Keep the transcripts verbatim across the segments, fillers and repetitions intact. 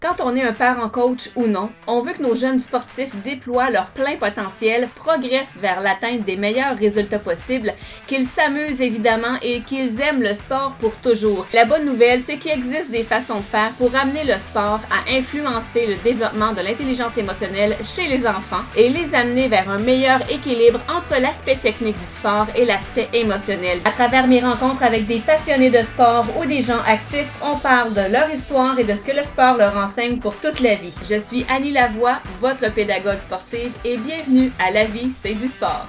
Quand on est un parent coach ou non, on veut que nos jeunes sportifs déploient leur plein potentiel, progressent vers l'atteinte des meilleurs résultats possibles, qu'ils s'amusent évidemment et qu'ils aiment le sport pour toujours. La bonne nouvelle, c'est qu'il existe des façons de faire pour amener le sport à influencer le développement de l'intelligence émotionnelle chez les enfants et les amener vers un meilleur équilibre entre l'aspect technique du sport et l'aspect émotionnel. À travers mes rencontres avec des passionnés de sport ou des gens actifs, on parle de leur histoire et de ce que le sport leur enseigne pour toute la vie. Je suis Annie Lavoie, votre pédagogue sportive, et bienvenue à La vie, c'est du sport.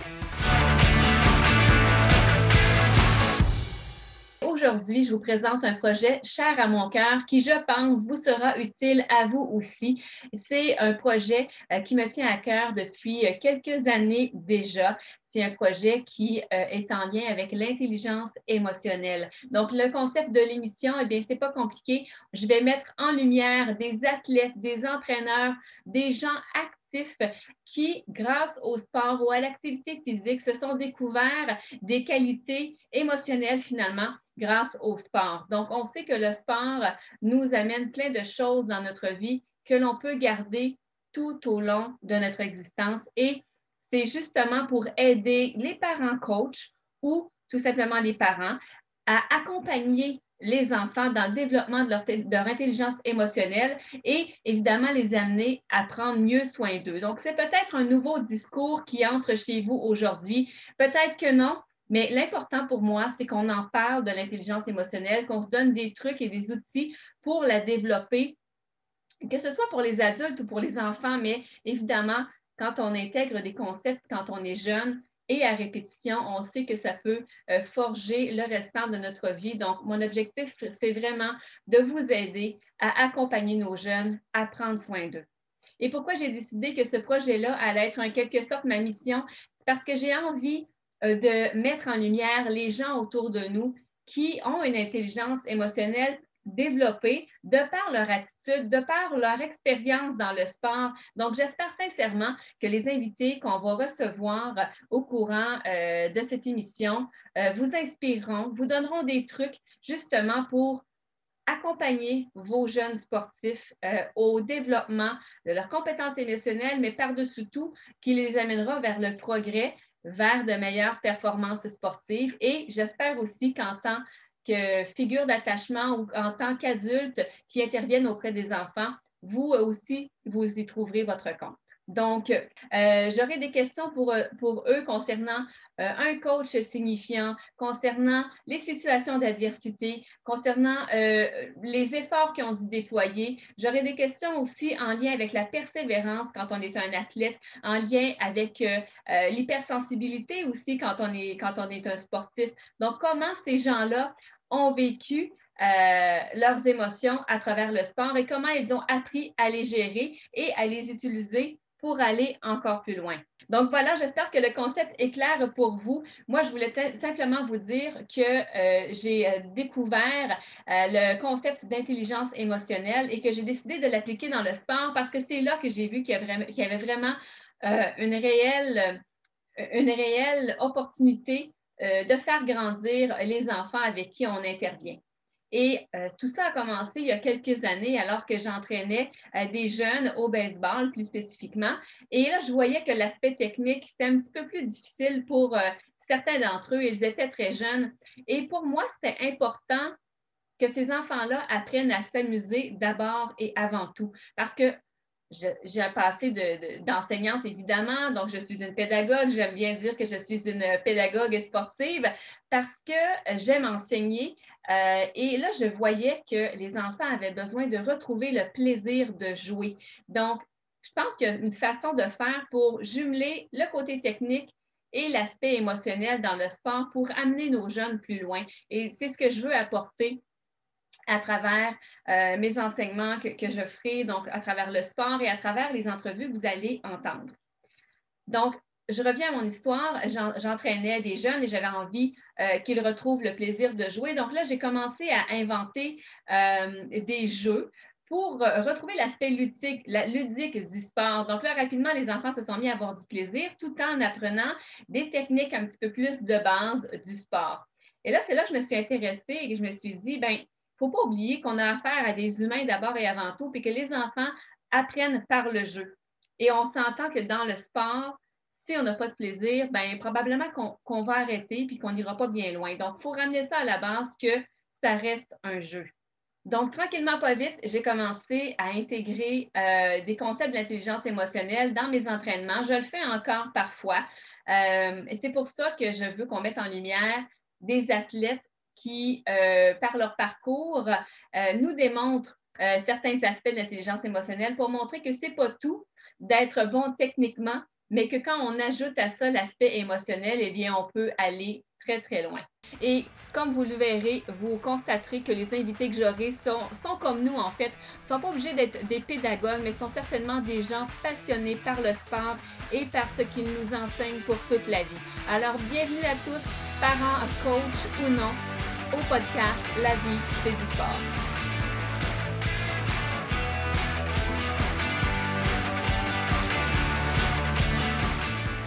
Aujourd'hui, je vous présente un projet cher à mon cœur qui, je pense, vous sera utile à vous aussi. C'est un projet euh, qui me tient à cœur depuis euh, quelques années déjà. C'est un projet qui euh, est en lien avec l'intelligence émotionnelle. Donc, le concept de l'émission, eh bien, c'est pas compliqué. Je vais mettre en lumière des athlètes, des entraîneurs, des gens actifs qui, grâce au sport ou à l'activité physique, se sont découverts des qualités émotionnelles finalement grâce au sport. Donc, on sait que le sport nous amène plein de choses dans notre vie que l'on peut garder tout au long de notre existence et c'est justement pour aider les parents coachs ou tout simplement les parents à accompagner les enfants dans le développement de leur, de leur intelligence émotionnelle et évidemment les amener à prendre mieux soin d'eux. Donc, c'est peut-être un nouveau discours qui entre chez vous aujourd'hui. Peut-être que non, mais l'important pour moi, c'est qu'on en parle de l'intelligence émotionnelle, qu'on se donne des trucs et des outils pour la développer, que ce soit pour les adultes ou pour les enfants, mais évidemment, quand on intègre des concepts quand on est jeune et à répétition, on sait que ça peut euh, forger le restant de notre vie. Donc, mon objectif, c'est vraiment de vous aider à accompagner nos jeunes à prendre soin d'eux. Et pourquoi j'ai décidé que ce projet-là allait être en quelque sorte ma mission? C'est parce que j'ai envie euh, de mettre en lumière les gens autour de nous qui ont une intelligence émotionnelle développée de par leur attitude, de par leur expérience dans le sport. Donc, j'espère sincèrement que les invités qu'on va recevoir au courant euh, de cette émission euh, vous inspireront, vous donneront des trucs justement pour accompagner vos jeunes sportifs euh, au développement de leurs compétences émotionnelles, mais par-dessus tout, qui les amènera vers le progrès, vers de meilleures performances sportives. Et j'espère aussi qu'en tant que figure d'attachement ou en tant qu'adulte qui interviennent auprès des enfants, vous aussi, vous y trouverez votre compte. Donc, euh, j'aurai des questions pour, pour eux concernant euh, un coach signifiant, concernant les situations d'adversité, concernant euh, les efforts qu'ils ont dû déployer. J'aurai des questions aussi en lien avec la persévérance quand on est un athlète, en lien avec euh, euh, l'hypersensibilité aussi quand on est, quand on est un sportif. Donc, comment ces gens-là ont vécu Euh, leurs émotions à travers le sport et comment ils ont appris à les gérer et à les utiliser pour aller encore plus loin. Donc voilà, j'espère que le concept est clair pour vous. Moi, je voulais simplement vous dire que euh, j'ai découvert euh, le concept d'intelligence émotionnelle et que j'ai décidé de l'appliquer dans le sport parce que c'est là que j'ai vu qu'il y, vraiment, qu'il y avait vraiment euh, une, réelle, une réelle opportunité euh, de faire grandir les enfants avec qui on intervient. Et euh, tout ça a commencé il y a quelques années alors que j'entraînais euh, des jeunes au baseball plus spécifiquement. Et là, je voyais que l'aspect technique, c'était un petit peu plus difficile pour euh, certains d'entre eux. Ils étaient très jeunes. Et pour moi, c'était important que ces enfants-là apprennent à s'amuser d'abord et avant tout. Parce que j'ai un passé de, de, d'enseignante, évidemment, donc je suis une pédagogue. J'aime bien dire que je suis une pédagogue sportive parce que j'aime enseigner. Euh, et là, je voyais que les enfants avaient besoin de retrouver le plaisir de jouer. Donc, je pense qu'il y a une façon de faire pour jumeler le côté technique et l'aspect émotionnel dans le sport pour amener nos jeunes plus loin. Et c'est ce que je veux apporter à travers euh, mes enseignements que, que je ferai, donc à travers le sport et à travers les entrevues que vous allez entendre. Donc, je reviens à mon histoire. J'en, j'entraînais des jeunes et j'avais envie euh, qu'ils retrouvent le plaisir de jouer. Donc là, j'ai commencé à inventer euh, des jeux pour retrouver l'aspect ludique, la, ludique du sport. Donc là, rapidement, les enfants se sont mis à avoir du plaisir tout en apprenant des techniques un petit peu plus de base du sport. Et là, c'est là que je me suis intéressée et que je me suis dit, bien, il faut pas oublier qu'on a affaire à des humains d'abord et avant tout, puis que les enfants apprennent par le jeu. Et on s'entend que dans le sport, si on n'a pas de plaisir, bien, probablement qu'on, qu'on va arrêter puis qu'on n'ira pas bien loin. Donc, il faut ramener ça à la base que ça reste un jeu. Donc, tranquillement, pas vite, j'ai commencé à intégrer euh, des concepts d'intelligence émotionnelle dans mes entraînements. Je le fais encore parfois. Euh, et c'est pour ça que je veux qu'on mette en lumière des athlètes qui, euh, par leur parcours, euh, nous démontrent euh, certains aspects de l'intelligence émotionnelle pour montrer que ce n'est pas tout d'être bon techniquement, mais que quand on ajoute à ça l'aspect émotionnel, eh bien, on peut aller très, très loin. Et comme vous le verrez, vous constaterez que les invités que j'aurai sont, sont comme nous, en fait. Ils ne sont pas obligés d'être des pédagogues, mais sont certainement des gens passionnés par le sport et par ce qu'ils nous enseignent pour toute la vie. Alors, bienvenue à tous, parents, coachs ou non, au podcast La vie, c'est du sport.